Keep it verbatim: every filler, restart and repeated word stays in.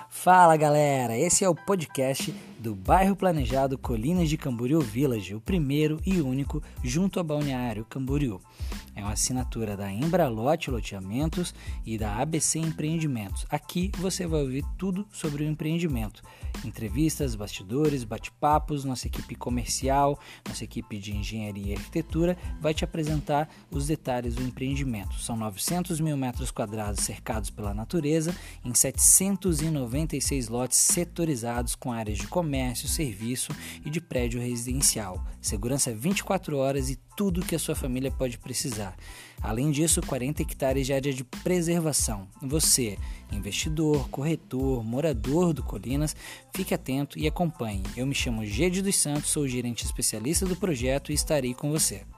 Fala galera, esse é o podcast do bairro planejado Colinas de Camboriú Village, o primeiro e único junto ao Balneário Camboriú. É uma assinatura da Embralote Loteamentos e da A B C Empreendimentos. Aqui você vai ouvir tudo sobre o empreendimento. Entrevistas, bastidores, bate-papos, nossa equipe comercial, nossa equipe de engenharia e arquitetura vai te apresentar os detalhes do empreendimento. São novecentos mil metros quadrados cercados pela natureza em setecentos e noventa e seis lotes setorizados com áreas de comércio, serviço e de prédio residencial. Segurança vinte e quatro horas e tudo que a sua família pode precisar. Além disso, quarenta hectares de área de preservação. Você, investidor, corretor, morador do Colinas, fique atento e acompanhe. Eu me chamo Gede dos Santos, sou gerente especialista do projeto e estarei com você.